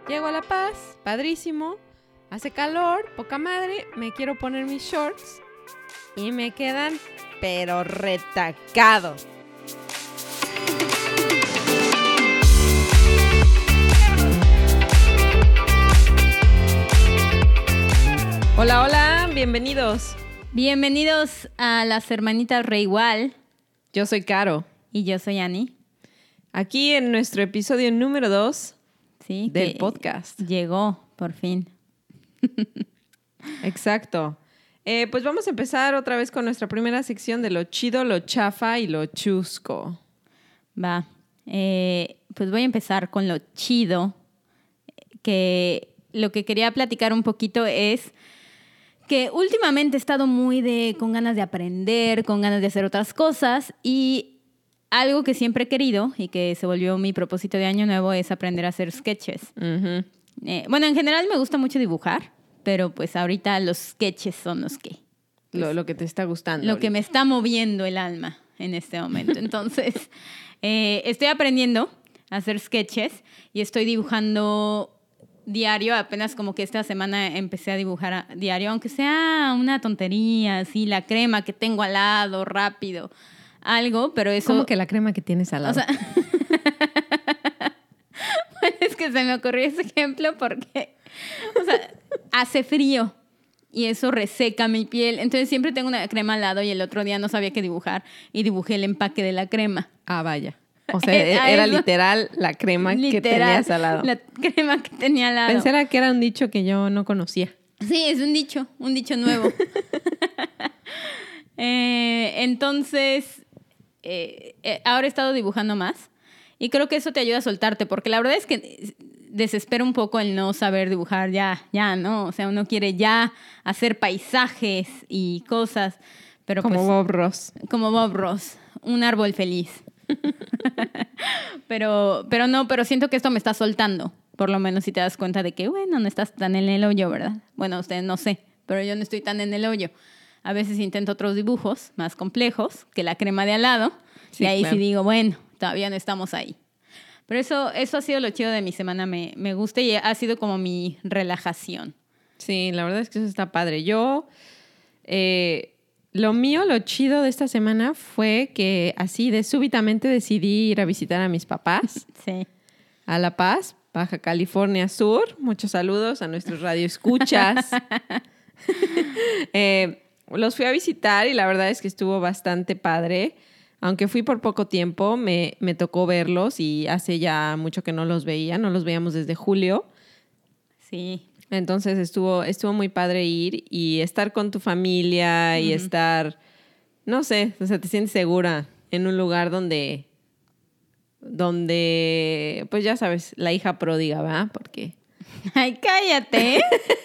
Llego a La Paz, padrísimo, hace calor, poca madre, me quiero poner mis shorts y me quedan pero retacados. Hola, hola, bienvenidos. Bienvenidos a las hermanitas Reigual. Yo soy Caro. Y yo soy Ani. Aquí en nuestro episodio número 2 del podcast. Llegó, por fin. Exacto. Pues vamos a empezar otra vez con nuestra primera sección de lo chido, lo chafa y lo chusco. Va. Pues voy a empezar con lo chido. Que lo que quería platicar un poquito es que últimamente he estado muy con ganas de aprender, con ganas de hacer otras cosas, y algo que siempre he querido y que se volvió mi propósito de año nuevo es aprender a hacer sketches. Uh-huh. Bueno, en general me gusta mucho dibujar, pero pues ahorita los sketches son los que... Lo que te está gustando. Lo que me está moviendo el alma en este momento. Entonces, estoy aprendiendo a hacer sketches y estoy dibujando diario. Apenas como que esta semana empecé a dibujar diario, aunque sea una tontería, así, la crema que tengo al lado, rápido, algo, pero eso... ¿Cómo que la crema que tienes al lado? O sea, es que se me ocurrió ese ejemplo porque, o sea, hace frío y eso reseca mi piel. Entonces siempre tengo una crema al lado y el otro día no sabía qué dibujar y dibujé el empaque de la crema. Ah, vaya. O sea, era literal la crema que tenías al lado. La crema que tenía al lado. Pensé que era un dicho que yo no conocía. Sí, es un dicho nuevo. Entonces, ahora he estado dibujando más y creo que eso te ayuda a soltarte, porque la verdad es que desespera un poco el no saber dibujar ya, ¿no? O sea, uno quiere ya hacer paisajes y cosas, pero como pues, Bob Ross. Como Bob Ross, un árbol feliz. pero siento que esto me está soltando, por lo menos si te das cuenta de que, bueno, no estás tan en el hoyo, ¿verdad? Bueno, ustedes no sé, pero yo no estoy tan en el hoyo. A veces intento otros dibujos más complejos que la crema de al lado, sí, y ahí claro. Sí digo, bueno, todavía no estamos ahí. Pero eso ha sido lo chido de mi semana, me gusta y ha sido como mi relajación. Sí, la verdad es que eso está padre. Yo, lo chido de esta semana fue que así de súbitamente decidí ir a visitar a mis papás. Sí. A La Paz, Baja California Sur. Muchos saludos a nuestros radioescuchas. Los fui a visitar y la verdad es que estuvo bastante padre. Aunque fui por poco tiempo, me tocó verlos y hace ya mucho que no los veía. No los veíamos desde julio. Sí. Entonces estuvo muy padre ir y estar con tu familia y estar, no sé, o sea, te sientes segura en un lugar donde, pues ya sabes, la hija pródiga, ¿verdad? Porque... ¡Ay, cállate!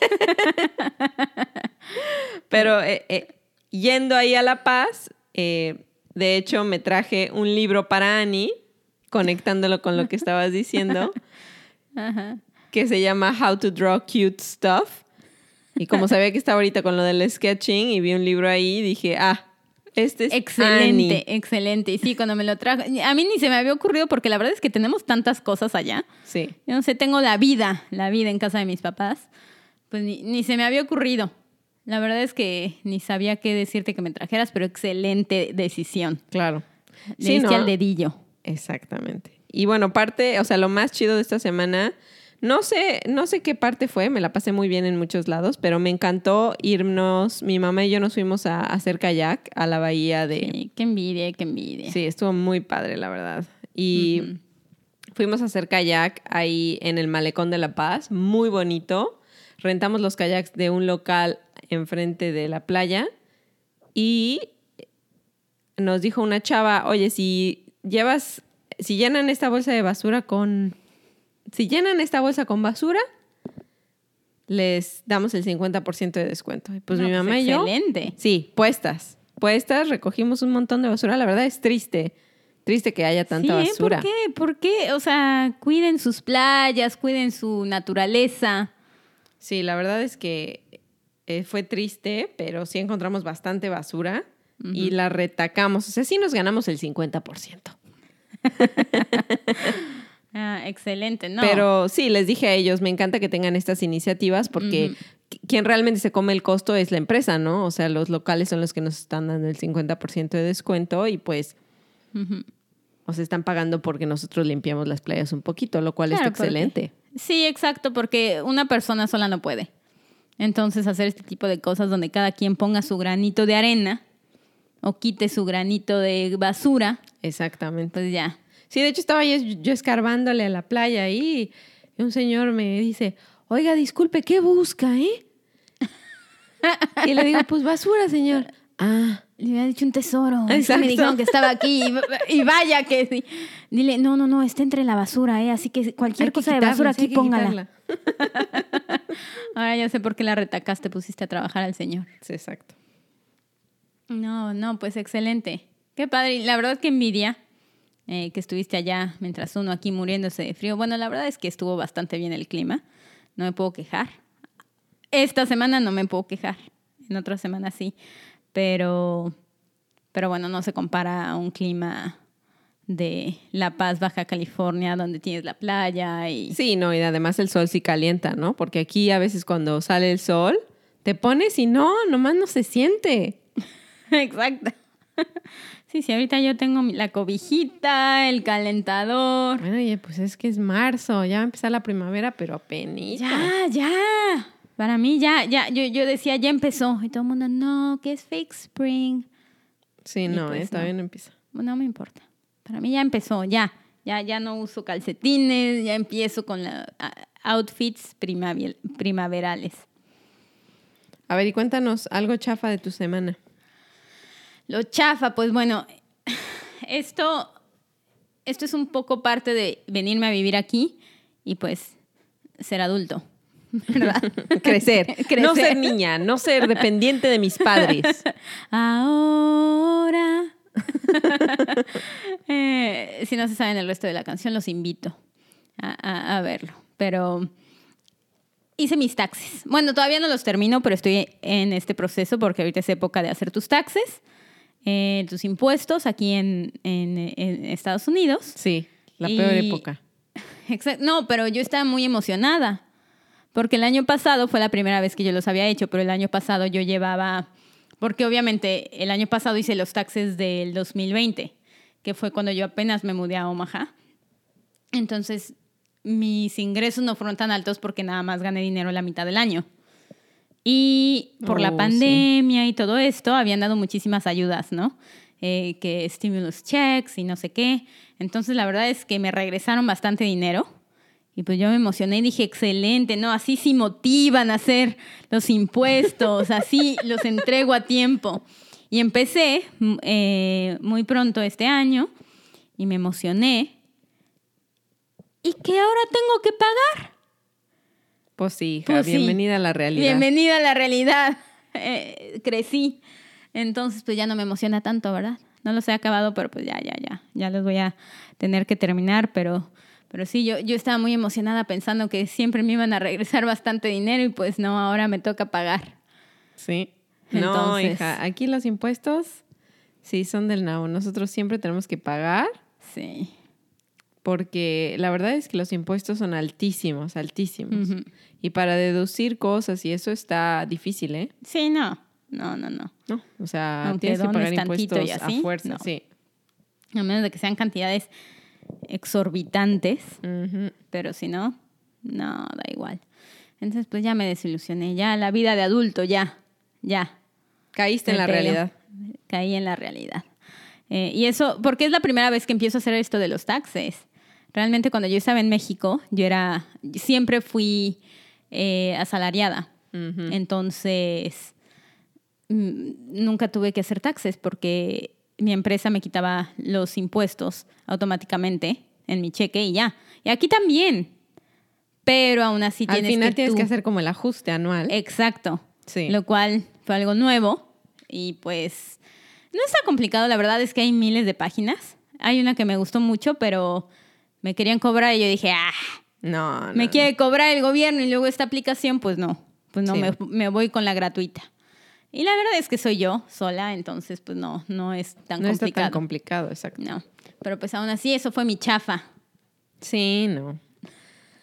Pero yendo ahí a La Paz, de hecho me traje un libro para Ani, conectándolo con lo que estabas diciendo, Ajá. Que se llama How to Draw Cute Stuff. Y como sabía que estaba ahorita con lo del sketching y vi un libro ahí, dije, este es excelente, Ani. Excelente. Y sí, cuando me lo trajo, a mí ni se me había ocurrido porque la verdad es que tenemos tantas cosas allá. Sí. Yo no sé, tengo la vida en casa de mis papás. Pues ni se me había ocurrido. La verdad es que ni sabía qué decirte que me trajeras, pero excelente decisión. Claro. Le diste al dedillo. Exactamente. Y bueno, lo más chido de esta semana, no sé qué parte fue, me la pasé muy bien en muchos lados, pero me encantó irnos, mi mamá y yo nos fuimos a hacer kayak a la bahía de... Sí, qué envidia. Sí, estuvo muy padre, la verdad. Y fuimos a hacer kayak ahí en el Malecón de La Paz, muy bonito. Rentamos los kayaks de un local enfrente de la playa y nos dijo una chava, oye, si llenan esta bolsa con basura, les damos el 50% de descuento. Y pues mi mamá y yo... Excelente. Sí, puestas, recogimos un montón de basura. La verdad es triste que haya tanta basura. ¿Por qué? O sea, cuiden sus playas, cuiden su naturaleza. Sí, la verdad es que fue triste, pero sí encontramos bastante basura y la retacamos. O sea, sí nos ganamos el 50%. excelente, ¿no? Pero sí, les dije a ellos, me encanta que tengan estas iniciativas porque quien realmente se come el costo es la empresa, ¿no? O sea, los locales son los que nos están dando el 50% de descuento y pues o sea, están pagando porque nosotros limpiamos las playas un poquito, lo cual Claro, está excelente. Sí, exacto, porque una persona sola no puede. Entonces, hacer este tipo de cosas donde cada quien ponga su granito de arena o quite su granito de basura, Exactamente. pues ya. Sí, de hecho estaba yo escarbándole a la playa y un señor me dice, oiga, disculpe, ¿qué busca, Y le digo, pues basura, señor. Ah. Le había dicho un tesoro. Exacto. Me dijeron que estaba aquí y vaya que sí. Dile, no, está entre la basura, así que cualquier cosa de basura aquí póngala. Ahora ya sé por qué la retacaste, pusiste a trabajar al señor. Sí, exacto. No, pues excelente. Qué padre. La verdad que envidia que estuviste allá mientras uno aquí muriéndose de frío. Bueno, la verdad es que estuvo bastante bien el clima. No me puedo quejar. Esta semana no me puedo quejar. En otra semana sí. Pero bueno, no se compara a un clima de La Paz, Baja California, donde tienes la playa y... Sí, no, y además el sol sí calienta, ¿no? Porque aquí a veces cuando sale el sol, te pones y no, nomás no se siente. Exacto. Sí, ahorita yo tengo la cobijita, el calentador. Bueno, oye, pues es que es marzo, ya va a empezar la primavera, pero apenas. Ya. Para mí ya. Yo decía, ya empezó. Y todo el mundo, no, que es fake spring. Sí, no, pues todavía no empieza. No me importa. Para mí ya empezó, ya no uso calcetines, ya empiezo con los outfits primaverales. A ver, y cuéntanos algo chafa de tu semana. Lo chafa, pues bueno, esto es un poco parte de venirme a vivir aquí y pues ser adulto, ¿verdad? Crecer. No ser niña, no ser dependiente de mis padres. Ahora... si no se saben el resto de la canción, los invito a verlo. Pero hice mis taxes. Bueno, todavía no los termino, pero estoy en este proceso porque ahorita es época de hacer tus taxes, tus impuestos aquí en Estados Unidos. Sí, la peor época. No, pero yo estaba muy emocionada porque el año pasado fue la primera vez que yo los había hecho, pero el año pasado yo llevaba... Porque obviamente el año pasado hice los taxes del 2020, que fue cuando yo apenas me mudé a Omaha. Entonces, mis ingresos no fueron tan altos porque nada más gané dinero la mitad del año. Y por la pandemia y todo esto, habían dado muchísimas ayudas, ¿no? Que stimulus checks y no sé qué. Entonces, la verdad es que me regresaron bastante dinero. Y pues yo me emocioné y dije, excelente, ¿no? Así sí motivan a hacer los impuestos, así los entrego a tiempo. Y empecé muy pronto este año y me emocioné. ¿Y qué ahora tengo que pagar? Pues sí, hija, pues bienvenida a la realidad. Bienvenida a la realidad. Crecí. Entonces, pues ya no me emociona tanto, ¿verdad? No los he acabado, pero pues ya los voy a tener que terminar, pero sí, yo estaba muy emocionada pensando que siempre me iban a regresar bastante dinero y pues no, ahora me toca pagar. Sí. No, hija, aquí los impuestos sí son del nabo. Nosotros siempre tenemos que pagar. Sí. Porque la verdad es que los impuestos son altísimos. Uh-huh. Y para deducir cosas y eso está difícil, ¿eh? Sí, no, o sea, aunque tienes que pagar impuestos así, a fuerza, no. Sí. A menos de que sean cantidades exorbitantes, uh-huh. Pero si no, da igual. Entonces, pues ya me desilusioné, ya la vida de adulto, ya. Caíste en la realidad. Caí en la realidad. Y eso, porque es la primera vez que empiezo a hacer esto de los taxes. Realmente cuando yo estaba en México, siempre fui asalariada. Uh-huh. Entonces, nunca tuve que hacer taxes porque mi empresa me quitaba los impuestos automáticamente en mi cheque y ya. Y aquí también. Pero aún así al final tienes que hacer como el ajuste anual. Exacto. Sí. Lo cual fue algo nuevo. Y pues no está complicado. La verdad es que hay miles de páginas. Hay una que me gustó mucho, pero me querían cobrar y yo dije, me quiere cobrar el gobierno y luego esta aplicación, pues no. Pues no, sí. me voy con la gratuita. Y la verdad es que soy yo sola, entonces pues no es tan complicado. No está tan complicado, exacto. No, pero pues aún así eso fue mi chafa. Sí, no.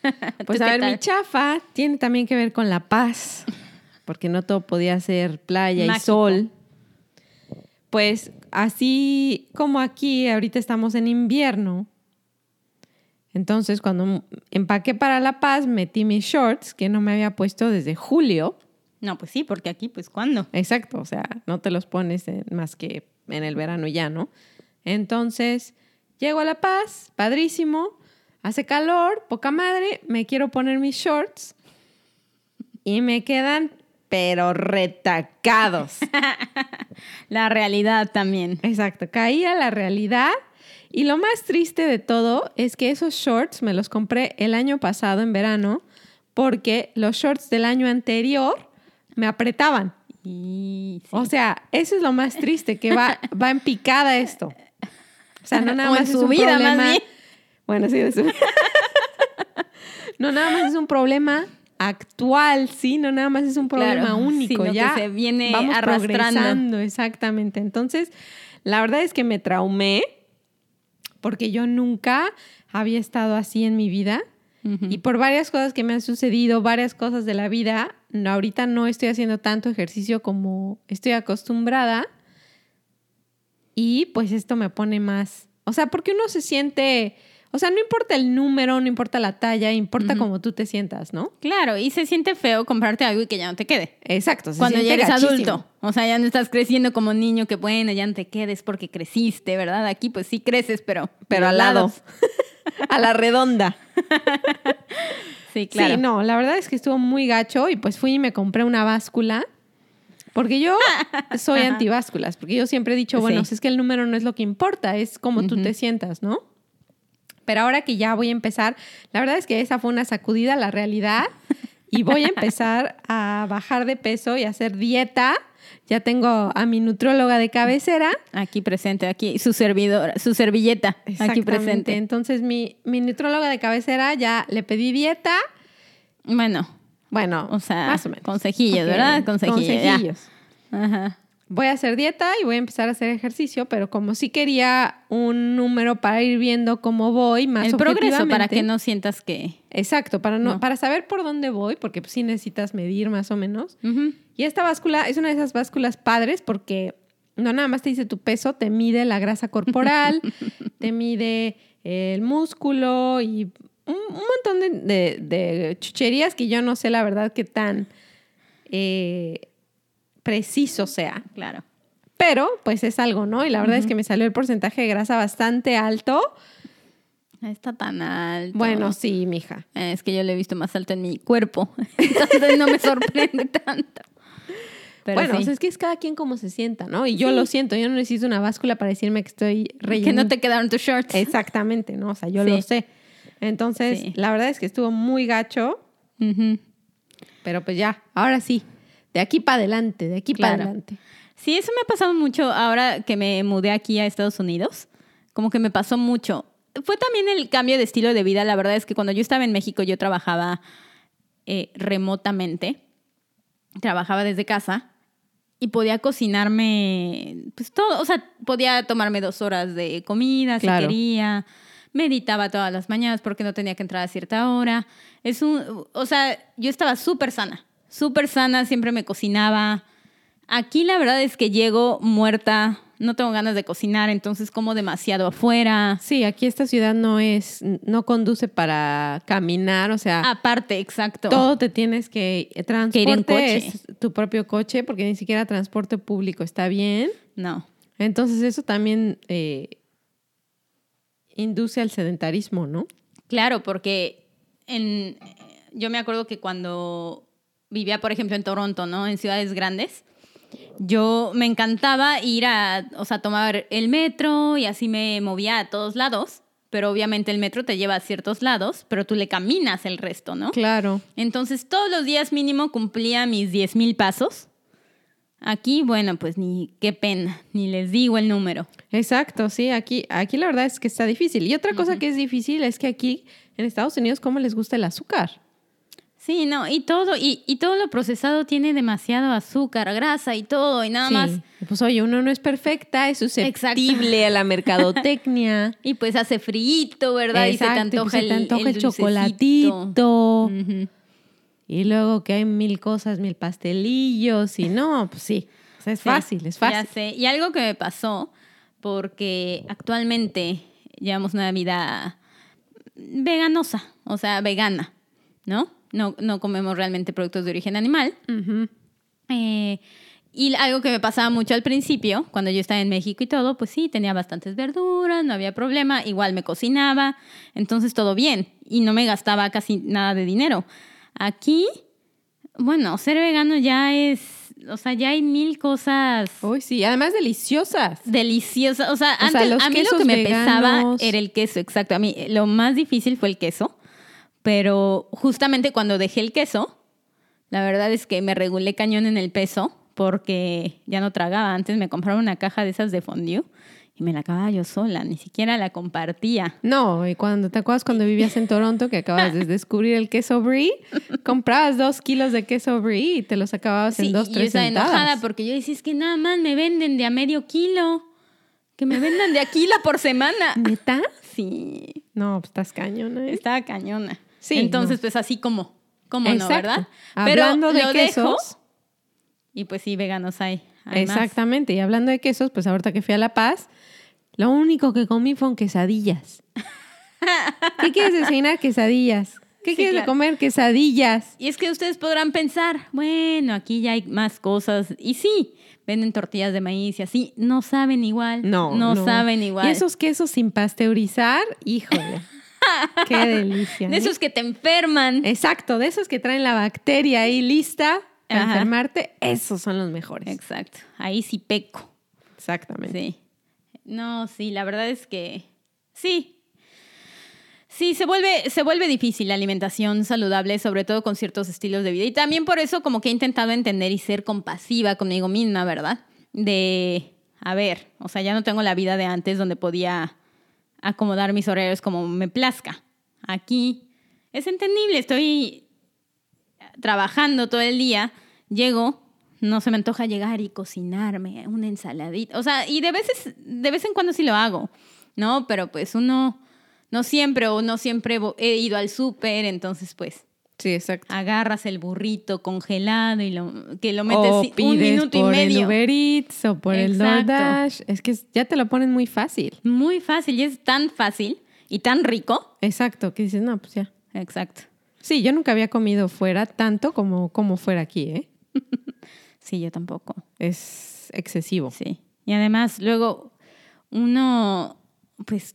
Pues ¿Tú a qué ver, tal? mi chafa tiene también que ver con la paz, porque no todo podía ser playa Mágico. y sol. Pues así como aquí, ahorita estamos en invierno. Entonces, cuando empaqué para La Paz, metí mis shorts que no me había puesto desde julio. No, pues sí, porque aquí, pues, ¿cuándo? Exacto, o sea, no te los pones más que en el verano y ya, ¿no? Entonces, llego a La Paz, padrísimo, hace calor, poca madre, me quiero poner mis shorts y me quedan, pero retacados. La realidad también. Exacto, caí a la realidad. Y lo más triste de todo es que esos shorts me los compré el año pasado en verano porque los shorts del año anterior me apretaban. Y sí. O sea, eso es lo más triste, que va en picada esto. O sea, no nada O en más es su un vida, problema. más bien. Bueno, sí, de su vida. No nada más es un problema actual, sí, no nada más es un problema Claro, único. sino Ya que se viene vamos arrastrando. progresando, exactamente. Entonces, la verdad es que me traumé porque yo nunca había estado así en mi vida. Ujú. Y por varias cosas que me han sucedido, varias cosas de la vida, ahorita no estoy haciendo tanto ejercicio como estoy acostumbrada. Y pues esto me pone más... O sea, porque uno se siente... O sea, no importa el número, no importa la talla, importa cómo tú te sientas, ¿no? Claro, y se siente feo comprarte algo y que ya no te quede. Exacto. Cuando ya siente eres gachísimo. adulto. O sea, ya no estás creciendo como niño, que bueno, ya no te quedes porque creciste, ¿verdad? Aquí pues sí creces, pero Pero de al lado. lados. A la redonda. Sí, claro. Sí, no, la verdad es que estuvo muy gacho y pues fui y me compré una báscula. Porque yo soy Ajá. antibásculas, porque yo siempre he dicho, bueno, Sí. si es que el número no es lo que importa, es como tú te sientas, ¿no? Pero ahora que ya voy a empezar, la verdad es que esa fue una sacudida a la realidad y voy a empezar a bajar de peso y a hacer dieta. Ya tengo a mi nutróloga de cabecera. Aquí presente, aquí su servidora, su servilleta, aquí Exactamente. presente. Entonces, mi nutróloga de cabecera ya le pedí dieta. Bueno, Bueno, o sea, más o menos. consejillos, Ok, ¿verdad? Consejillos. ya. consejillos. Ajá. Voy a hacer dieta y voy a empezar a hacer ejercicio, pero como sí quería un número para ir viendo cómo voy más El progreso para objetivamente. que no sientas que... Exacto, para saber por dónde voy, porque pues, sí necesitas medir más o menos. Ujú. Y esta báscula es una de esas básculas padres porque no nada más te dice tu peso, te mide la grasa corporal, te mide el músculo y un montón de chucherías que yo no sé la verdad qué tan preciso sea. Claro. Pero pues es algo, ¿no? Y la verdad es que me salió el porcentaje de grasa bastante alto. No está tan alto. Bueno, sí, mija. Es que yo lo he visto más alto en mi cuerpo. Entonces no me sorprende tanto. Pero Bueno, sí. o sea, es que es cada quien como se sienta, ¿no? Y yo lo siento, yo no necesito una báscula para decirme que estoy Que rellena. no te quedaron tus shorts. Exactamente, ¿no? O sea, yo Sí. lo sé. Entonces, Sí. la verdad es que estuvo muy gacho, Ujú. pero pues ya, ahora sí, de aquí para adelante, de aquí para Claro. adelante. Sí, eso me ha pasado mucho ahora que me mudé aquí a Estados Unidos. Como que me pasó mucho. Fue también el cambio de estilo de vida. La verdad es que cuando yo estaba en México yo trabajaba remotamente. Trabajaba desde casa y podía cocinarme pues todo. O sea, podía tomarme 2 horas de comida Claro. si quería. Meditaba todas las mañanas porque no tenía que entrar a cierta hora. O sea, yo estaba súper sana, siempre me cocinaba. Aquí la verdad es que llego muerta, no tengo ganas de cocinar, entonces como demasiado afuera. Sí, aquí esta ciudad no conduce para caminar, o sea, Aparte, exacto. todo te tienes que transporte, Que ir en coche. es tu propio coche, porque ni siquiera transporte público está bien. No. Entonces eso también induce al sedentarismo, ¿no? Claro, porque yo me acuerdo que cuando vivía, por ejemplo, en Toronto, ¿no? En ciudades grandes, yo me encantaba ir o sea, tomar el metro y así me movía a todos lados, pero obviamente el metro te lleva a ciertos lados, pero tú le caminas el resto, ¿no? Claro. Entonces, todos los días mínimo cumplía mis 10,000 pasos. Aquí, bueno, pues ni qué pena, ni les digo el número. Exacto, sí, aquí la verdad es que está difícil. Y otra cosa que es difícil es que aquí en Estados Unidos, ¿cómo les gusta el azúcar? Sí, no, y todo lo procesado tiene demasiado azúcar, grasa y todo, y nada Sí. más. Pues oye, uno no es perfecta, es susceptible a la mercadotecnia. Y pues hace frío, ¿verdad? Exacto, y se te antoja el dulcecito. chocolatito. Ujú. Y luego que hay 1000 cosas, 1000 pastelillos. Y no, pues sí. O sea, es Sí, fácil, es fácil. Ya sé. Y algo que me pasó, porque actualmente llevamos una vida veganosa, o sea, vegana, ¿no? No comemos realmente productos de origen animal. Ujú. Y algo que me pasaba mucho al principio, cuando yo estaba en México y todo, pues sí, tenía bastantes verduras, no había problema, igual me cocinaba, entonces todo bien y no me gastaba casi nada de dinero. Aquí, bueno, ser vegano ya es, o sea, ya hay 1000 cosas Uy, sí, además deliciosas. deliciosas. O sea, O sea, antes los a mí lo quesos que me pesaba veganos. era el queso, exacto. A mí lo más difícil fue el queso, pero justamente cuando dejé el queso, la verdad es que me regulé cañón en el peso porque ya no tragaba. Antes me compraba una caja de esas de fondue y me la acababa yo sola, ni siquiera la compartía. No, y ¿te acuerdas cuando vivías en Toronto que acabas de descubrir el queso brie? Comprabas 2 kilos de queso brie y te los acababas en 2, y yo 3 estaba sentadas. enojada porque yo decía, es que nada más me venden de a medio kilo. Que me vendan de a kilo por semana. ¿Neta? Sí, No, pues estás cañona, ¿eh? estaba cañona. Sí, Entonces, no. pues así como no, Exacto. ¿verdad? Hablando de lo quesos. dejo, y pues sí, veganos hay más. Exactamente. Y hablando de quesos, pues ahorita que fui a La Paz, lo único que comí fueron quesadillas. ¿Qué quieres desayunar? Quesadillas. ¿Qué Sí, quieres de claro. comer? Quesadillas. Y es que ustedes podrán pensar, bueno, aquí ya hay más cosas. Y sí, venden tortillas de maíz y así. No saben igual. No. saben igual. Y esos quesos sin pasteurizar, híjole. Qué delicia. De ¿eh? esos que te enferman. Exacto, de esos que traen la bacteria ahí lista para Ajá. enfermarte, esos son los mejores. Exacto. Ahí sí peco. Exactamente. Sí. No, sí, la verdad es que sí. Sí, se vuelve difícil la alimentación saludable, sobre todo con ciertos estilos de vida. Y también por eso como que he intentado entender y ser compasiva conmigo misma, ¿verdad? A ver, o sea, ya no tengo la vida de antes donde podía acomodar mis horarios como me plazca. Aquí es entendible, estoy trabajando todo el día, llego, no se me antoja llegar y cocinarme una ensaladita. O sea, y de vez en cuando sí lo hago, ¿no? Pero pues uno no siempre he ido al súper, entonces pues Sí, exacto. agarras el burrito congelado y que lo metes O un pides minuto y por medio. el Uber Eats o por el Exacto. DoorDash. Es que ya te lo ponen muy fácil. Muy fácil y es tan fácil y tan rico. Exacto, que dices, no, pues ya. Exacto. Sí, yo nunca había comido fuera tanto como fuera aquí, ¿eh? Sí, yo tampoco. Es excesivo. Sí. Y además, luego uno, pues,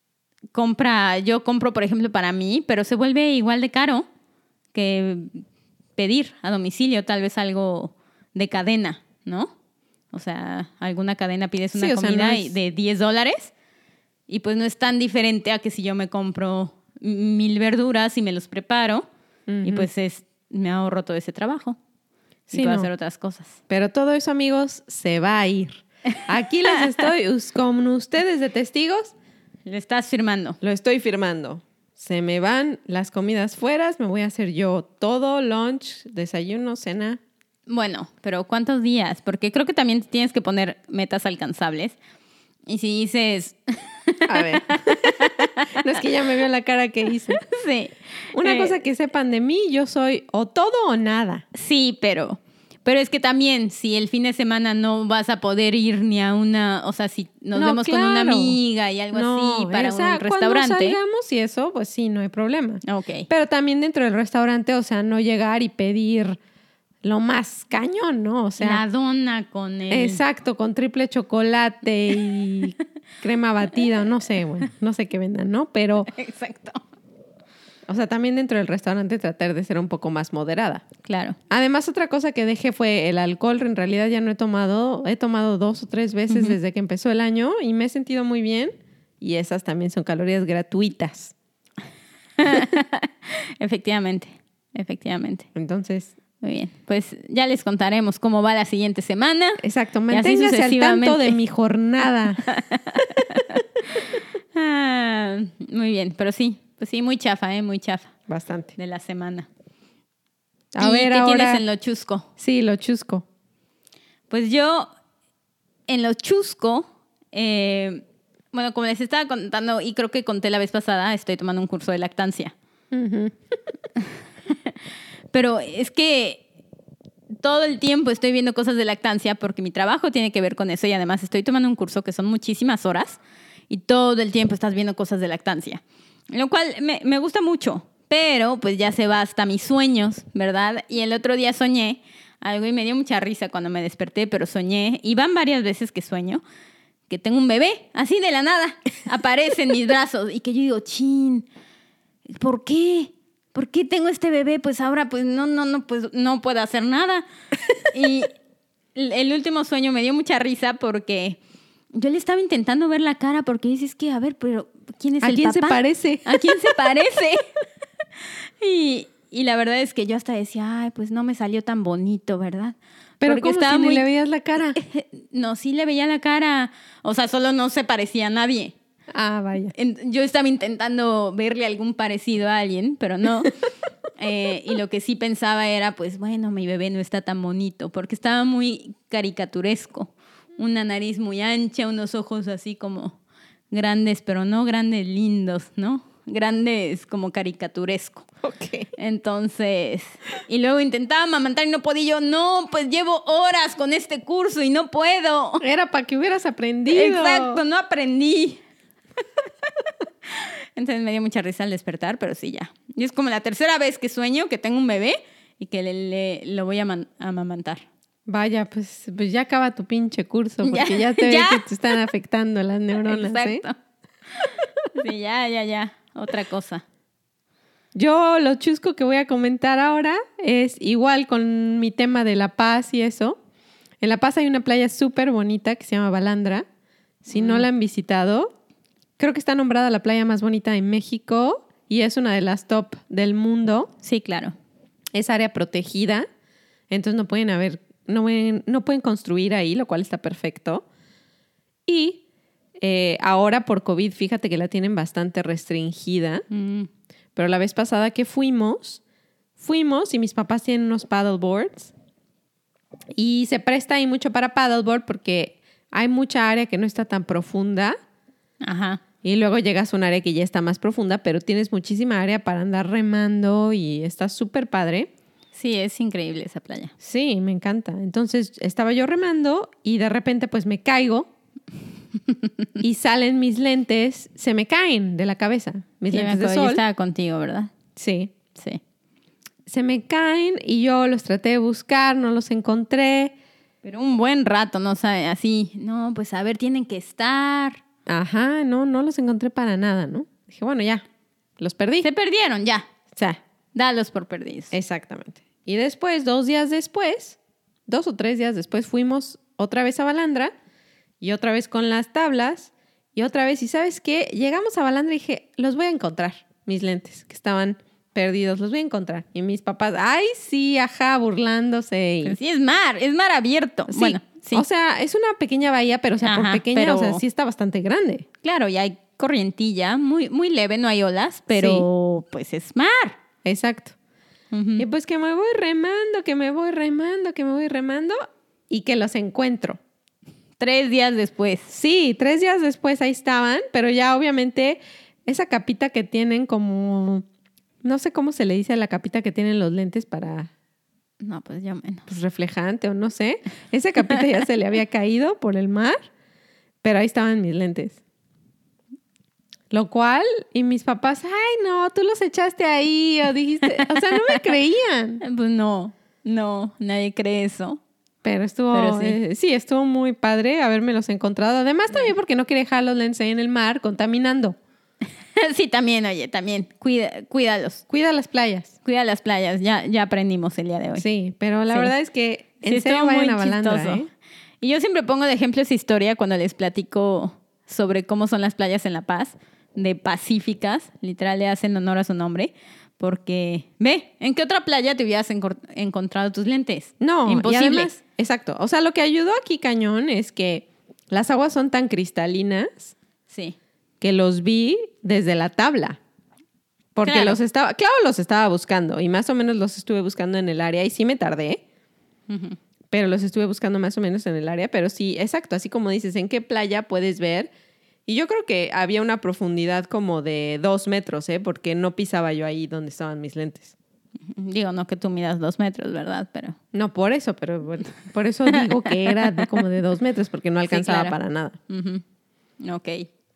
yo compro, por ejemplo, para mí, pero se vuelve igual de caro que pedir a domicilio, tal vez algo de cadena, ¿no? O sea, alguna cadena pides una Sí, o sea, comida no es- de $10 y pues no es tan diferente a que si yo me compro 1000 verduras y me los preparo y Ujú. pues me ahorro todo ese trabajo y Sí, puedo no. hacer otras cosas. Pero todo eso, amigos, se va a ir. Aquí les estoy, con ustedes de testigos, Le estás firmando. lo estoy firmando. Se me van las comidas fuera, me voy a hacer yo todo, lunch, desayuno, cena. Bueno, pero ¿cuántos días? Porque creo que también tienes que poner metas alcanzables. Y si dices, A ver. No es que ya me vio la cara que hice. sí. Una cosa que sepan de mí, yo soy o todo o nada. Sí, pero es que también si el fin de semana no vas a poder ir ni a o sea, si nos No, vemos con una claro. amiga y algo así para o sea, un restaurante. Cuando salgamos y eso, pues sí, no hay problema. Ok. Pero también dentro del restaurante, o sea, no llegar y pedir lo más cañón, ¿no? O sea, La dona con el... exacto, con triple chocolate y crema batida, o no sé, bueno, no sé qué vendan, ¿no? Pero, Exacto. o sea, también dentro del restaurante tratar de ser un poco más moderada. Claro. Además, otra cosa que dejé fue el alcohol. En realidad ya no he tomado 2 o 3 veces desde que empezó el año y me he sentido muy bien. Y esas también son calorías gratuitas. Efectivamente. Entonces, Muy bien. Pues ya les contaremos cómo va la siguiente semana. exacto, Y así manténgase al tanto sucesivamente. de mi jornada. Muy bien, pero sí, pues sí, muy chafa, muy chafa Bastante. de la semana. A ver, qué ahora... tienes en lo chusco? Sí, lo chusco. Pues yo, en lo chusco, bueno, como les estaba contando, y creo que conté la vez pasada, estoy tomando un curso de lactancia. Uh-huh. Pero es que todo el tiempo estoy viendo cosas de lactancia porque mi trabajo tiene que ver con eso y además estoy tomando un curso que son muchísimas horas y todo el tiempo estás viendo cosas de lactancia. Lo cual me gusta mucho, pero pues ya se va hasta mis sueños, ¿verdad? Y el otro día soñé algo y me dio mucha risa cuando me desperté, pero soñé, y van varias veces que sueño, que tengo un bebé, así de la nada, aparece en mis brazos y que yo digo, chin, ¿por qué? ¿Por qué tengo este bebé? Pues ahora pues no puedo hacer nada. Y el último sueño me dio mucha risa porque yo le estaba intentando ver la cara porque dices que, a ver, pero ¿quién es el papá? ¿A quién se parece? ¿A quién se parece? Y la verdad es que yo hasta decía, ay, pues no me salió tan bonito, ¿verdad? Pero porque ¿cómo si ni le veías la cara? No, sí le veía la cara. O sea, solo no se parecía a nadie. Ah, vaya. Yo estaba intentando verle algún parecido a alguien, pero no. Y lo que sí pensaba era, pues bueno, mi bebé no está tan bonito, porque estaba muy caricaturesco. Una nariz muy ancha, unos ojos así como grandes, pero no grandes lindos, ¿no? Grandes como caricaturesco. Ok. Entonces, y luego intentaba amamantar y no podía. Y yo, no, pues llevo horas con este curso y no puedo. Era para que hubieras aprendido. Exacto, no aprendí. Entonces me dio mucha risa al despertar, pero sí, ya. Y es como la tercera vez que sueño que tengo un bebé y que lo voy a amamantar. Vaya, pues ya acaba tu pinche curso, porque ya te ve que te están afectando las neuronas, exacto. Sí, ya. Otra cosa. Yo lo chusco que voy a comentar ahora es igual con mi tema de La Paz y eso. En La Paz hay una playa súper bonita que se llama Balandra. Si no la han visitado, creo que está nombrada la playa más bonita de México y es una de las top del mundo. Sí, claro. Es área protegida, entonces no pueden construir ahí, lo cual está perfecto. Y ahora por COVID, fíjate que la tienen bastante restringida. Pero la vez pasada que fuimos y mis papás tienen unos paddleboards y se presta ahí mucho para paddleboard porque hay mucha área que no está tan profunda. Ajá. Y luego llegas a un área que ya está más profunda, pero tienes muchísima área para andar remando y está súper padre. Sí, es increíble esa playa. Sí, me encanta. Entonces estaba yo remando y de repente pues me caigo y salen mis lentes, se me caen de la cabeza. Mis lentes de sol. Yo estaba contigo, ¿verdad? Sí. Sí. Se me caen y yo los traté de buscar, no los encontré. Pero un buen rato, ¿no? O sea, así, no, pues a ver, tienen que estar. Ajá, no los encontré para nada, ¿no? Dije, bueno, ya, los perdí. Se perdieron, ya. O sea, dalos por perdidos. Exactamente. Y después, 2 o 3 días después, fuimos otra vez a Balandra y otra vez con las tablas y otra vez. ¿Y sabes qué? Llegamos a Balandra y dije, los voy a encontrar, mis lentes, que estaban perdidos, los voy a encontrar. Y mis papás, ay, sí, ajá, burlándose. Pero sí, es mar abierto. Sí. Bueno, sí. O sea, es una pequeña bahía, pero o sea, por pequeña, pero... o sea, sí está bastante grande. Claro, y hay corrientilla, muy, muy leve, no hay olas, pero pues es mar. Exacto. Uh-huh. Y pues que me voy remando y que los encuentro. 3 días después. Sí, 3 días después ahí estaban, pero ya obviamente esa capita que tienen como... No sé cómo se le dice a la capita que tienen los lentes para... No, pues ya menos. Pues reflejante o no sé. Esa capita ya se le había caído por el mar, pero ahí estaban mis lentes. Lo cual, y mis papás, ay, no, tú los echaste ahí, o dijiste, o sea, no me creían. Pues no, nadie cree eso. Pero sí, estuvo muy padre habérmelos encontrado. Además, también porque no quería dejar los lentes ahí en el mar contaminando. Sí, también, cuídalos. Cuida las playas. Cuida las playas, ya aprendimos el día de hoy. Sí, pero la verdad es que en serio vayan a Balandra, Y yo siempre pongo de ejemplo esa historia cuando les platico sobre cómo son las playas en La Paz, de pacíficas, literal le hacen honor a su nombre, porque ve, ¿en qué otra playa te hubieras encontrado tus lentes? No, imposible. Y además, exacto. O sea, lo que ayudó aquí cañón es que las aguas son tan cristalinas sí. que los vi desde la tabla. Porque Claro. los estaba buscando y más o menos los estuve buscando en el área y sí me tardé, pero los estuve buscando más o menos en el área. Pero sí, exacto, así como dices, ¿en qué playa puedes ver? Y yo creo que había una profundidad como de 2 metros, porque no pisaba yo ahí donde estaban mis lentes. Digo, no que tú midas 2 metros, ¿verdad? Pero No, por eso, pero bueno, por eso digo que era como de 2 metros, porque no alcanzaba claro. para nada. Ok.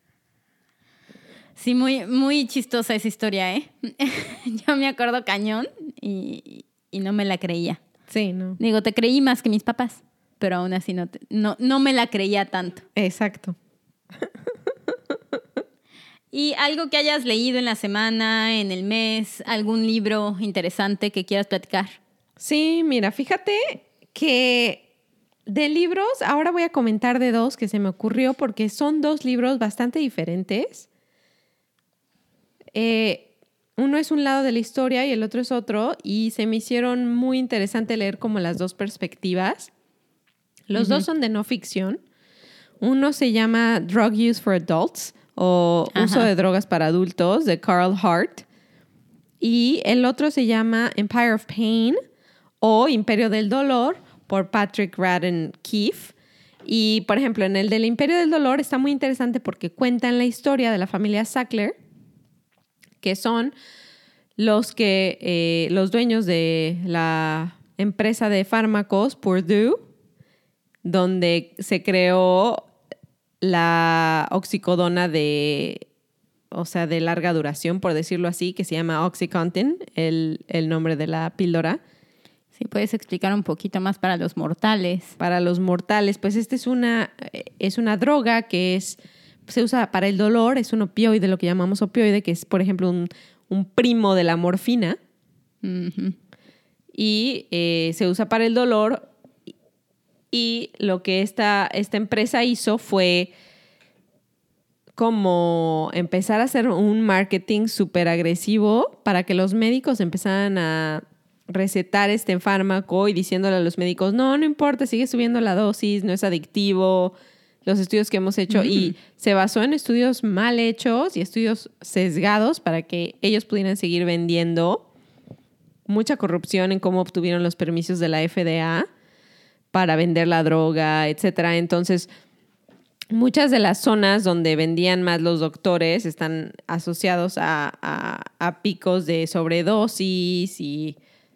Sí, muy, muy chistosa esa historia, ¿eh? Yo me acuerdo cañón y no me la creía. Sí, no. Digo, te creí más que mis papás, pero aún así no me la creía tanto. Exacto. ¿Y algo que hayas leído en la semana, en el mes, algún libro interesante que quieras platicar? Sí, mira, fíjate que de libros, ahora voy a comentar de 2 que se me ocurrió porque son 2 libros bastante diferentes. Uno es un lado de la historia y el otro es otro, y se me hicieron muy interesante leer como las 2 perspectivas. Los 2 son de no ficción. Uno se llama Drug Use for Adults o Uso de Drogas para Adultos de Carl Hart. Y el otro se llama Empire of Pain o Imperio del Dolor por Patrick Radden Keefe. Y, por ejemplo, en el del Imperio del Dolor está muy interesante porque cuentan la historia de la familia Sackler, que son los dueños de la empresa de fármacos Purdue, donde se creó la oxicodona de larga duración, por decirlo así, que se llama OxyContin, el nombre de la píldora. Si puedes explicar un poquito más para los mortales. Para los mortales, pues esta es una droga que se usa para el dolor, es un opioide, lo que llamamos opioide, que es, por ejemplo, un primo de la morfina. Y se usa para el dolor. Y lo que esta empresa hizo fue como empezar a hacer un marketing súper agresivo para que los médicos empezaran a recetar este fármaco y diciéndole a los médicos, no importa, sigue subiendo la dosis, no es adictivo. Los estudios que hemos hecho y se basó en estudios mal hechos y estudios sesgados para que ellos pudieran seguir vendiendo. Mucha corrupción en cómo obtuvieron los permisos de la FDA para vender la droga, etcétera. Entonces, muchas de las zonas donde vendían más los doctores están asociados a picos de sobredosis y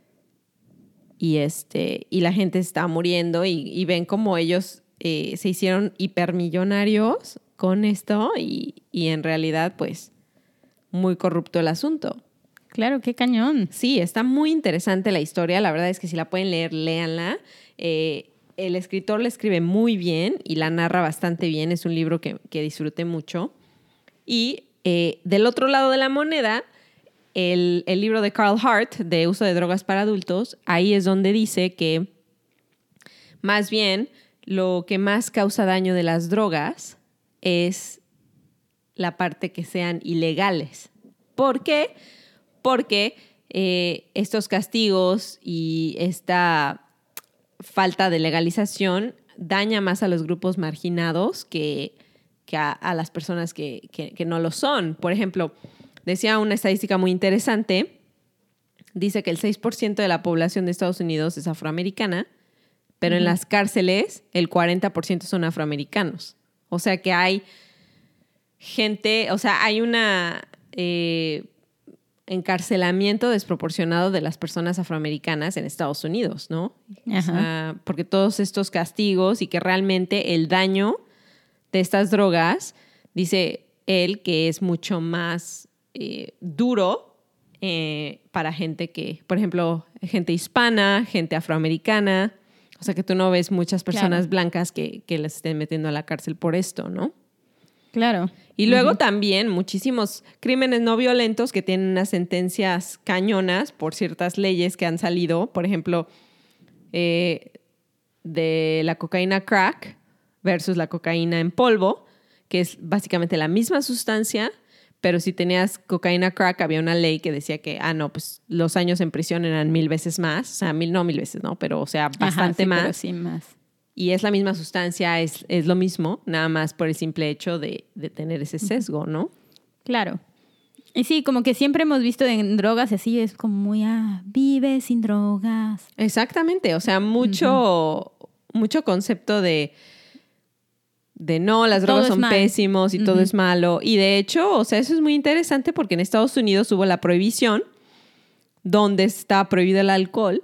la gente está muriendo y ven cómo ellos se hicieron hipermillonarios con esto y en realidad, pues, muy corrupto el asunto. Claro, qué cañón. Sí, está muy interesante la historia. La verdad es que si la pueden leer, léanla. El escritor la escribe muy bien y la narra bastante bien. Es un libro que disfruté mucho. Y del otro lado de la moneda, el libro de Carl Hart, de Uso de Drogas para Adultos, ahí es donde dice que más bien lo que más causa daño de las drogas es la parte que sean ilegales. ¿Por qué? Porque estos castigos y esta falta de legalización daña más a los grupos marginados que a las personas que no lo son. Por ejemplo, decía una estadística muy interesante, dice que el 6% de la población de Estados Unidos es afroamericana, pero en las cárceles el 40% son afroamericanos. O sea que hay gente, o sea, hay una encarcelamiento desproporcionado de las personas afroamericanas en Estados Unidos, ¿no? O sea, porque todos estos castigos y que realmente el daño de estas drogas, dice él, que es mucho más duro para gente que, por ejemplo, gente hispana, gente afroamericana. O sea, que tú no ves muchas personas blancas que las estén metiendo a la cárcel por esto, ¿no? Claro. Y luego también muchísimos crímenes no violentos que tienen unas sentencias cañonas por ciertas leyes que han salido. Por ejemplo, de la cocaína crack versus la cocaína en polvo, que es básicamente la misma sustancia, pero si tenías cocaína crack había una ley que decía que, pues los años en prisión eran 1000 veces más. O sea, 1000 veces, ¿no? Pero, o sea, bastante sí, más. Pero sí, más. Y es la misma sustancia, es lo mismo, nada más por el simple hecho de tener ese sesgo, ¿no? Claro. Y sí, como que siempre hemos visto en drogas así, es como muy, vive sin drogas. Exactamente, o sea, mucho concepto de no, las drogas son pésimos y todo es malo. Y de hecho, o sea, eso es muy interesante porque en Estados Unidos hubo la prohibición donde está prohibido el alcohol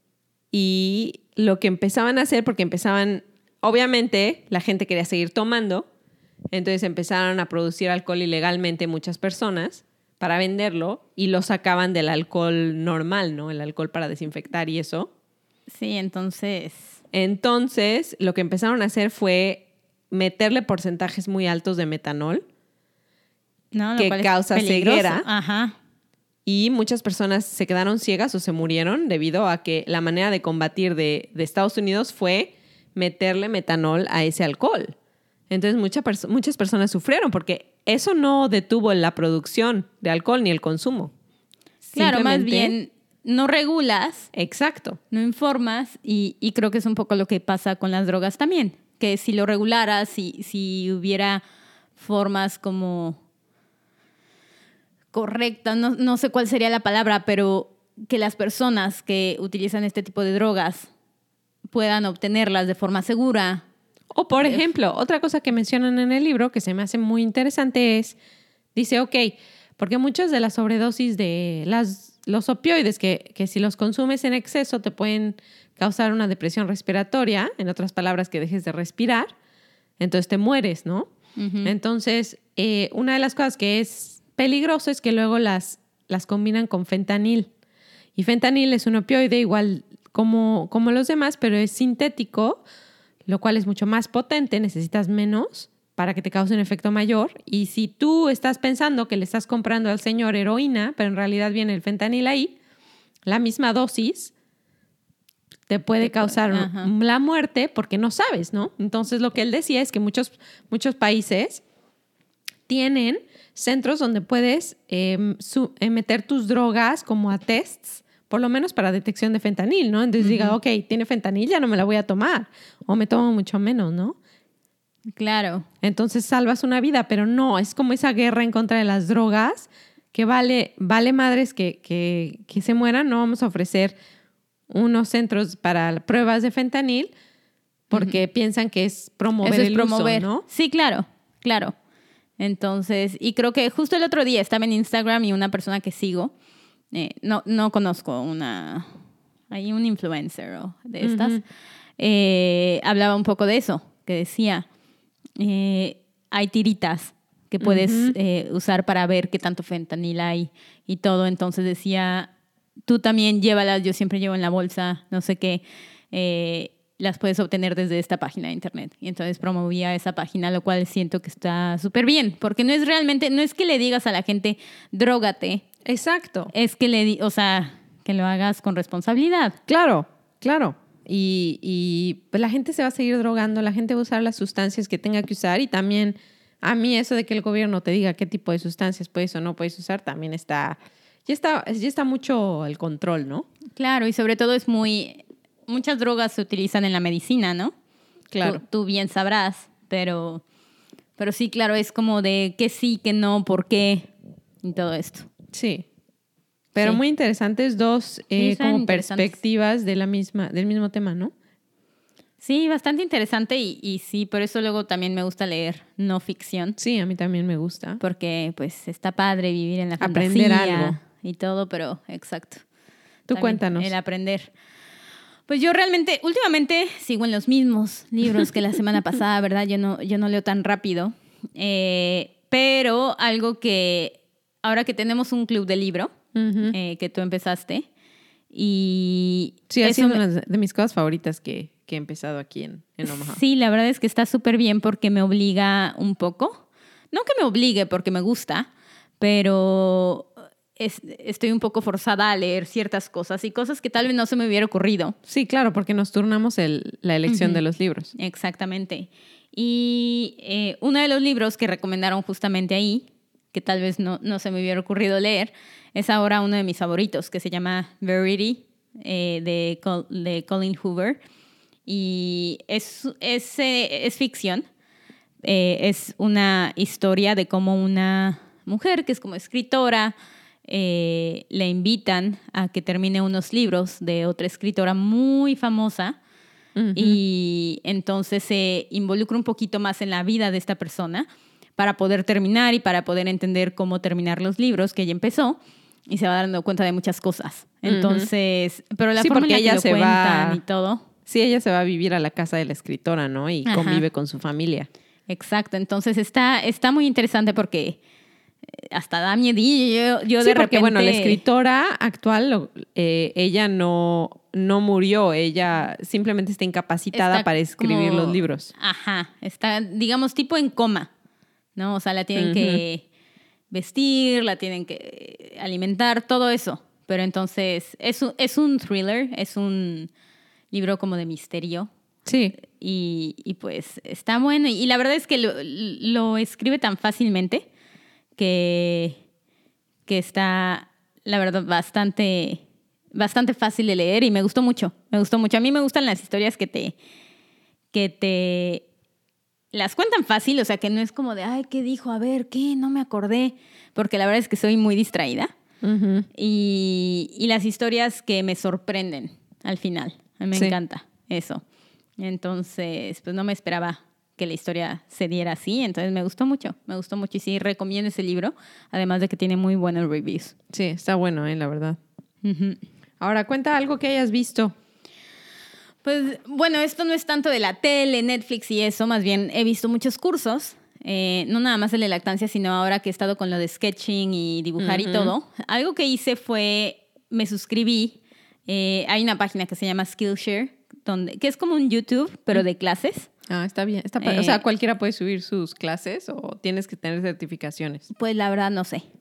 y lo que empezaban a hacer, porque obviamente la gente quería seguir tomando, entonces empezaron a producir alcohol ilegalmente muchas personas para venderlo y lo sacaban del alcohol normal, ¿no? El alcohol para desinfectar y eso. Sí, entonces, lo que empezaron a hacer fue meterle porcentajes muy altos de metanol que causa ceguera. Ajá. Y muchas personas se quedaron ciegas o se murieron debido a que la manera de combatir de Estados Unidos fue meterle metanol a ese alcohol. Entonces muchas personas sufrieron porque eso no detuvo la producción de alcohol ni el consumo. Claro, más bien no regulas. Exacto. No informas y creo que es un poco lo que pasa con las drogas también. Que si lo regularas, si hubiera formas como correctas, no sé cuál sería la palabra, pero que las personas que utilizan este tipo de drogas puedan obtenerlas de forma segura. O, por ejemplo, otra cosa que mencionan en el libro que se me hace muy interesante dice, ok, porque muchas de las sobredosis de los opioides que si los consumes en exceso te pueden causar una depresión respiratoria, en otras palabras, que dejes de respirar, entonces te mueres, ¿no? Uh-huh. Entonces, una de las cosas que es peligroso es que luego las combinan con fentanil. Y fentanil es un opioide igual como los demás, pero es sintético, lo cual es mucho más potente, necesitas menos para que te cause un efecto mayor. Y si tú estás pensando que le estás comprando al señor heroína, pero en realidad viene el fentanil ahí, la misma dosis te puede causar la muerte porque no sabes, ¿no? Entonces lo que él decía es que muchos países tienen centros donde puedes meter tus drogas como a tests, por lo menos para detección de fentanil, ¿no? Entonces diga, ok, tiene fentanil, ya no me la voy a tomar. O me tomo mucho menos, ¿no? Claro. Entonces salvas una vida, pero no, es como esa guerra en contra de las drogas que vale madres que se mueran. No vamos a ofrecer unos centros para pruebas de fentanil porque piensan que es promover el uso, ¿no? Sí, claro. Entonces, y creo que justo el otro día estaba en Instagram y una persona que sigo, no conozco hay un influencer de estas, hablaba un poco de eso, que decía, hay tiritas que puedes usar para ver qué tanto fentanil hay y todo. Entonces decía, tú también llévalas, yo siempre llevo en la bolsa, no sé qué, las puedes obtener desde esta página de internet. Y entonces promovía esa página, lo cual siento que está súper bien, porque no es que le digas a la gente, drógate. Exacto. Es que que lo hagas con responsabilidad. Claro. Y pues la gente se va a seguir drogando, la gente va a usar las sustancias que tenga que usar y también a mí eso de que el gobierno te diga qué tipo de sustancias puedes o no puedes usar también ya está mucho el control, ¿no? Claro, y sobre todo muchas drogas se utilizan en la medicina, ¿no? Claro. Tú bien sabrás, pero sí, claro, es como de qué sí, qué no, por qué y todo esto. Sí. Pero muy interesantes dos como perspectivas del mismo tema, ¿no? Sí, bastante interesante y sí, por eso luego también me gusta leer no ficción. Sí, a mí también me gusta. Porque pues está padre vivir en la aprender fantasía algo y todo, pero exacto. Tú también cuéntanos. El aprender. Pues yo realmente, últimamente sigo en los mismos libros que la semana pasada, ¿verdad? Yo no leo tan rápido. Pero algo que ahora que tenemos un club de libro, que tú empezaste, y sí, ha sido una de mis cosas favoritas que he empezado aquí en Omaha. Sí, la verdad es que está súper bien porque me obliga un poco. No que me obligue porque me gusta, pero estoy un poco forzada a leer ciertas cosas y cosas que tal vez no se me hubiera ocurrido. Sí, claro, porque nos turnamos la elección de los libros. Exactamente. Y uno de los libros que recomendaron justamente ahí, que tal vez no se me hubiera ocurrido leer, es ahora uno de mis favoritos, que se llama Verity, de Colin Hoover. Y es ficción. Es una historia de cómo una mujer que es como escritora. Le invitan a que termine unos libros de otra escritora muy famosa. Uh-huh. Y entonces se involucra un poquito más en la vida de esta persona para poder terminar y para poder entender cómo terminar los libros que ella empezó. Y se va dando cuenta de muchas cosas. Entonces, pero la forma en la que ella lo cuentan y todo. Sí, ella se va a vivir a la casa de la escritora, ¿no? Y convive con su familia. Exacto. Entonces está muy interesante porque hasta da miedillo. Yo sí, de repente... porque bueno, la escritora actual, ella no murió. Ella simplemente está incapacitada para escribir los libros. Ajá. Está, digamos, tipo en coma, ¿no? O sea, la tienen que vestir, la tienen que alimentar, todo eso. Pero entonces es un thriller, es un libro como de misterio. Sí. Y pues está bueno. Y la verdad es que lo escribe tan fácilmente que está, la verdad, bastante fácil de leer y me gustó mucho. A mí me gustan las historias que te las cuentan fácil, o sea, que no es como de, ay, ¿qué dijo? A ver, ¿qué? No me acordé. Porque la verdad es que soy muy distraída. Uh-huh. Y las historias que me sorprenden al final. A mí me encanta eso. Entonces, pues no me esperaba que la historia se diera así. Entonces me gustó mucho. Y sí, recomiendo ese libro. Además de que tiene muy buenos reviews. Sí, está bueno, la verdad. Uh-huh. Ahora, cuenta algo que hayas visto. Pues, bueno, esto no es tanto de la tele, Netflix y eso. Más bien, he visto muchos cursos. No nada más el de lactancia, sino ahora que he estado con lo de sketching y dibujar y todo. Algo que hice fue, me suscribí. Hay una página que se llama Skillshare, que es como un YouTube, pero de clases. Ah, está bien. O sea, ¿cualquiera puede subir sus clases o tienes que tener certificaciones? Pues la verdad no sé.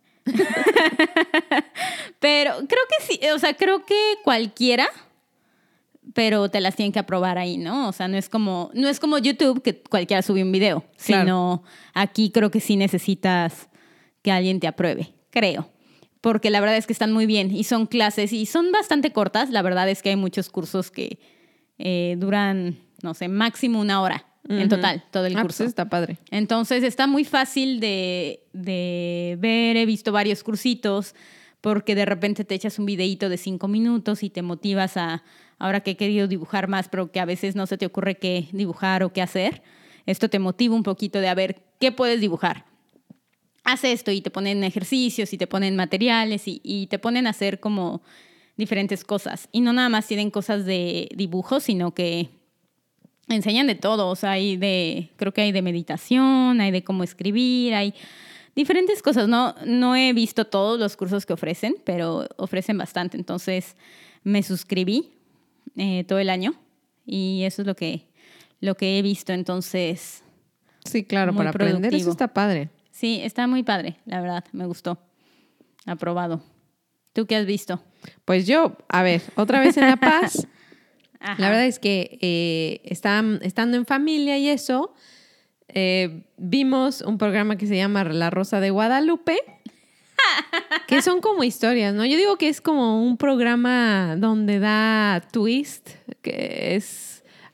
Pero creo que sí, o sea, creo que cualquiera, pero te las tienen que aprobar ahí, ¿no? O sea, no es como YouTube, que cualquiera sube un video, claro. Sino aquí creo que sí necesitas que alguien te apruebe, creo. Porque la verdad es que están muy bien y son clases y son bastante cortas. La verdad es que hay muchos cursos que duran, no sé, máximo 1 hora en total, todo el curso. Pues está padre. Entonces está muy fácil de ver. He visto varios cursitos porque de repente te echas un videíto de 5 minutos y te motivas ahora que he querido dibujar más, pero que a veces no se te ocurre qué dibujar o qué hacer. Esto te motiva un poquito de a ver qué puedes dibujar. Haz esto y te ponen ejercicios y te ponen materiales y te ponen a hacer como diferentes cosas. Y no nada más tienen cosas de dibujo, sino que enseñan de todo. O sea, creo que hay de meditación, hay de cómo escribir, hay diferentes cosas. No he visto todos los cursos que ofrecen, pero ofrecen bastante. Entonces me suscribí todo el año y eso es lo que he visto. Entonces, sí, claro, para aprender eso está padre. Sí, está muy padre, la verdad, me gustó. Aprobado. ¿Tú qué has visto? Pues yo, a ver, otra vez en La Paz. La verdad es que estando en familia y eso, vimos un programa que se llama La Rosa de Guadalupe, que son como historias, ¿no? Yo digo que es como un programa donde da twist, que es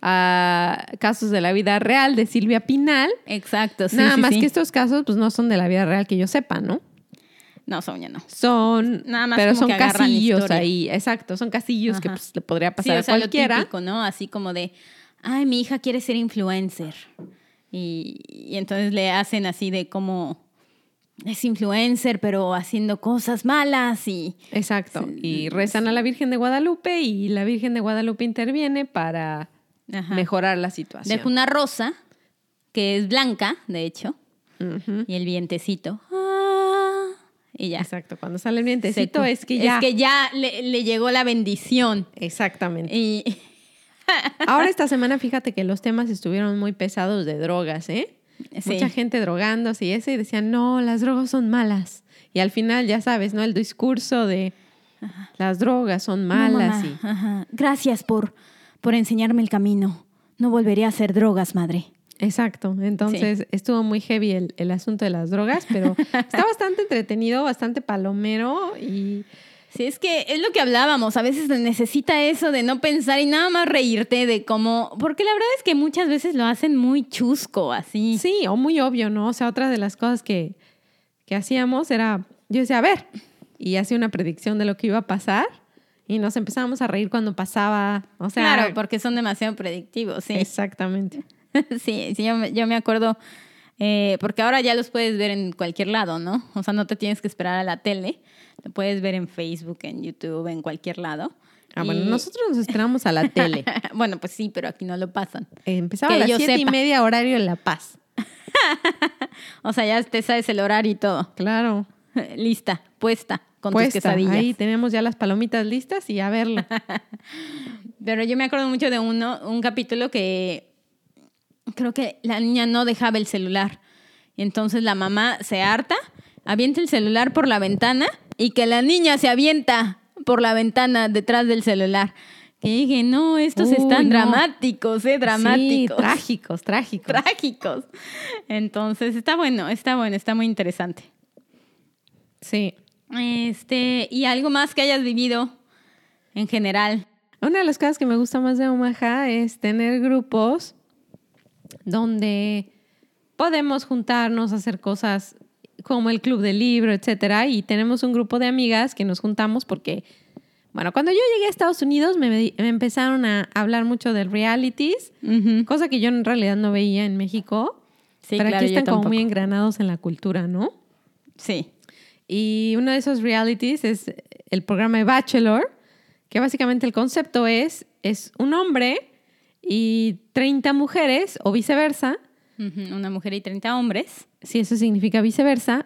casos de la vida real de Silvia Pinal. Exacto, sí. Nada más que estos casos pues no son de la vida real que yo sepa, ¿no? No, Sonia, no. Son, nada más pero como son que casillos ahí. Exacto, son casillos que pues, le podría pasar a cualquiera. Lo típico, ¿no? Así como de, ay, mi hija quiere ser influencer. Y entonces le hacen así de como es influencer, pero haciendo cosas malas y... Exacto. Y rezan a la Virgen de Guadalupe y la Virgen de Guadalupe interviene para mejorar la situación. Deja una rosa, que es blanca, de hecho, y el vientecito. Y ya. Exacto. Cuando sale el vientecito es que ya le llegó la bendición. Exactamente. Y... Ahora esta semana, fíjate que los temas estuvieron muy pesados de drogas, ¿eh? Sí. Mucha gente drogándose y eso, y decían, no, las drogas son malas. Y al final, ya sabes, ¿no? El discurso de las drogas son malas. No, mamá. Gracias por enseñarme el camino. No volveré a hacer drogas, madre. Exacto. Entonces, estuvo muy heavy el asunto de las drogas, pero está bastante entretenido, bastante palomero y... Sí, es que es lo que hablábamos. A veces se necesita eso de no pensar y nada más reírte de cómo... Porque la verdad es que muchas veces lo hacen muy chusco, así. Sí, o muy obvio, ¿no? O sea, otra de las cosas que que hacíamos era, yo decía, a ver, y hacía una predicción de lo que iba a pasar y nos empezábamos a reír cuando pasaba. O sea, claro, porque son demasiado predictivos, sí. Exactamente. Sí, yo me acuerdo, porque ahora ya los puedes ver en cualquier lado, ¿no? O sea, no te tienes que esperar a la tele, lo puedes ver en Facebook, en YouTube, en cualquier lado. Bueno, nosotros nos esperamos a la tele. Bueno, pues sí, pero aquí no lo pasan. Empezaba a las 7:30 horario en La Paz. O sea, ya te sabes el horario y todo. Claro. Lista, puesta, con tus quesadillas. Ahí tenemos ya las palomitas listas y a verlo. Pero yo me acuerdo mucho de un capítulo que creo que la niña no dejaba el celular. Y entonces la mamá se harta, avienta el celular por la ventana y que la niña se avienta por la ventana detrás del celular. Que dije, no, estos están dramáticos, dramáticos. Sí, trágicos. Entonces, está bueno, está muy interesante. Sí. ¿Y algo más que hayas vivido en general? Una de las cosas que me gusta más de Omaha es tener grupos donde podemos juntarnos a hacer cosas como el club del libro, etcétera. Y tenemos un grupo de amigas que nos juntamos porque, bueno, cuando yo llegué a Estados Unidos me empezaron a hablar mucho de realities, cosa que yo en realidad no veía en México. Sí, pero claro, aquí están como muy engranados en la cultura, ¿no? Sí. Y uno de esos realities es el programa de Bachelor, que básicamente el concepto es un hombre y 30 mujeres o viceversa. Una mujer y 30 hombres. Sí, eso significa viceversa.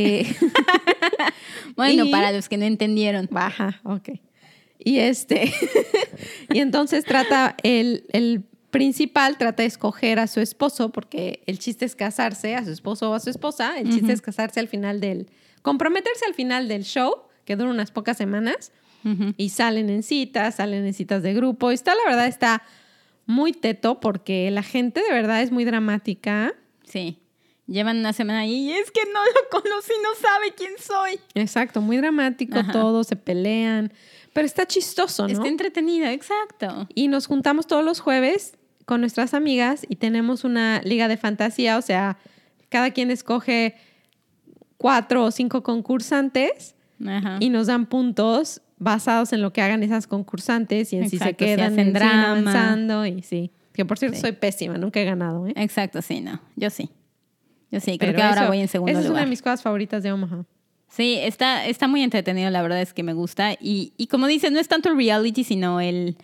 Bueno, para los que no entendieron. Baja, ok. Y y entonces trata el principal trata de escoger a su esposo, porque el chiste es casarse, a su esposo o a su esposa. El chiste es casarse comprometerse al final del show, que dura unas pocas semanas, y salen en citas de grupo. Y la verdad está muy teto, porque la gente de verdad es muy dramática. Sí. Llevan una semana ahí y es que no lo conocí, no sabe quién soy. Exacto, muy dramático todo, se pelean. Pero está chistoso, ¿no? Está entretenido, exacto. Y nos juntamos todos los jueves con nuestras amigas y tenemos una liga de fantasía. O sea, cada quien escoge 4 o 5 concursantes y nos dan puntos basados en lo que hagan esas concursantes y en si se quedan en drama, avanzando. Y sí, que por cierto soy pésima, nunca he ganado. Exacto, sí, no, yo sí, creo que ahora voy en segundo lugar. Esa es una de mis cosas favoritas de Omaha. Sí, está muy entretenido, la verdad es que me gusta. Y como dices, no es tanto el reality, sino el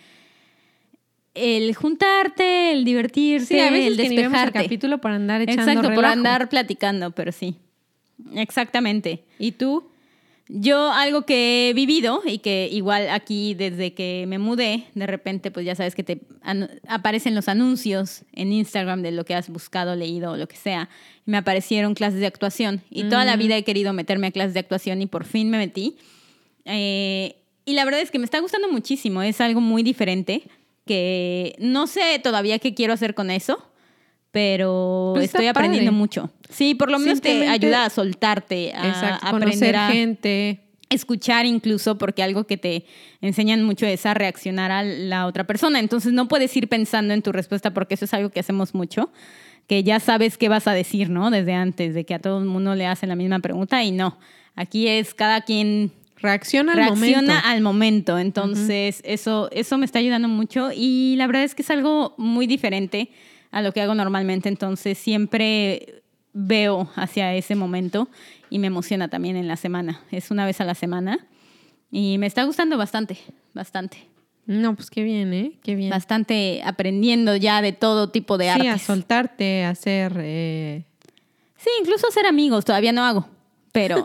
juntarte, el divertirse, sí, a veces el despejarte. Que ni vemos el capítulo para andar echando exacto, relajo. Por andar platicando, pero sí. Exactamente. ¿Y tú? Yo algo que he vivido y que igual aquí desde que me mudé, de repente pues ya sabes que te aparecen los anuncios en Instagram de lo que has buscado, leído o lo que sea. Me aparecieron clases de actuación y toda la vida he querido meterme a clases de actuación y por fin me metí. Y la verdad es que me está gustando muchísimo. Es algo muy diferente que no sé todavía qué quiero hacer con eso, pero pues estoy aprendiendo mucho. Sí, por lo menos te ayuda a soltarte, a aprender a gente, escuchar incluso, porque algo que te enseñan mucho es a reaccionar a la otra persona. Entonces no puedes ir pensando en tu respuesta, porque eso es algo que hacemos mucho, que ya sabes qué vas a decir, ¿no? Desde antes, de que a todo el mundo le hacen la misma pregunta y no. Aquí es cada quien reacciona al momento. Entonces eso me está ayudando mucho y la verdad es que es algo muy diferente a lo que hago normalmente, entonces siempre veo hacia ese momento y me emociona también en la semana. Es una vez a la semana y me está gustando bastante. No, pues qué bien, ¿eh? Qué bien. Bastante aprendiendo ya de todo tipo de artes. Sí, a soltarte, a hacer... Sí, incluso hacer amigos, todavía no hago, pero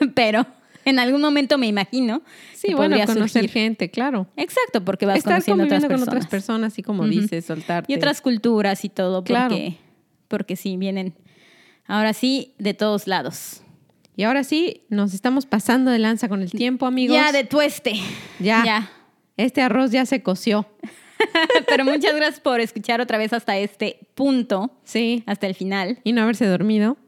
en algún momento me imagino. Sí, bueno, conocer gente, claro. Exacto, porque vas conociendo con otras personas, así como dices, soltarte. Y otras culturas y todo, porque sí, vienen ahora sí de todos lados. Y ahora sí, nos estamos pasando de lanza con el tiempo, amigos. Ya de tueste. Ya. Este arroz ya se coció. Pero muchas gracias por escuchar otra vez hasta este punto. Sí. Hasta el final. Y no haberse dormido.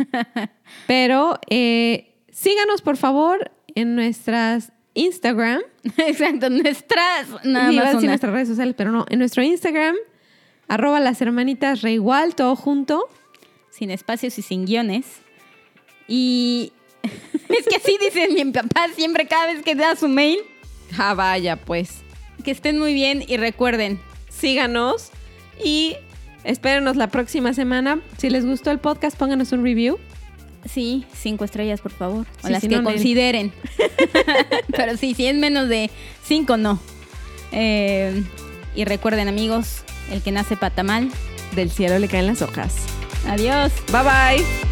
Pero síganos, por favor, en nuestras Instagram. Exacto, nuestras redes sociales, pero no. En nuestro Instagram, @lashermanitasreigual, todo junto. Sin espacios y sin guiones. Y es que así dice mi papá siempre cada vez que da su mail. Ah, vaya, pues. Que estén muy bien y recuerden, síganos y espérenos la próxima semana. Si les gustó el podcast, pónganos un review. sí, 5 estrellas, por favor. O Sí, las si que no, consideren. Pero sí, si es menos de 5, no. Y recuerden, amigos, el que nace patamal, Del cielo le caen las hojas. adiós. Bye bye.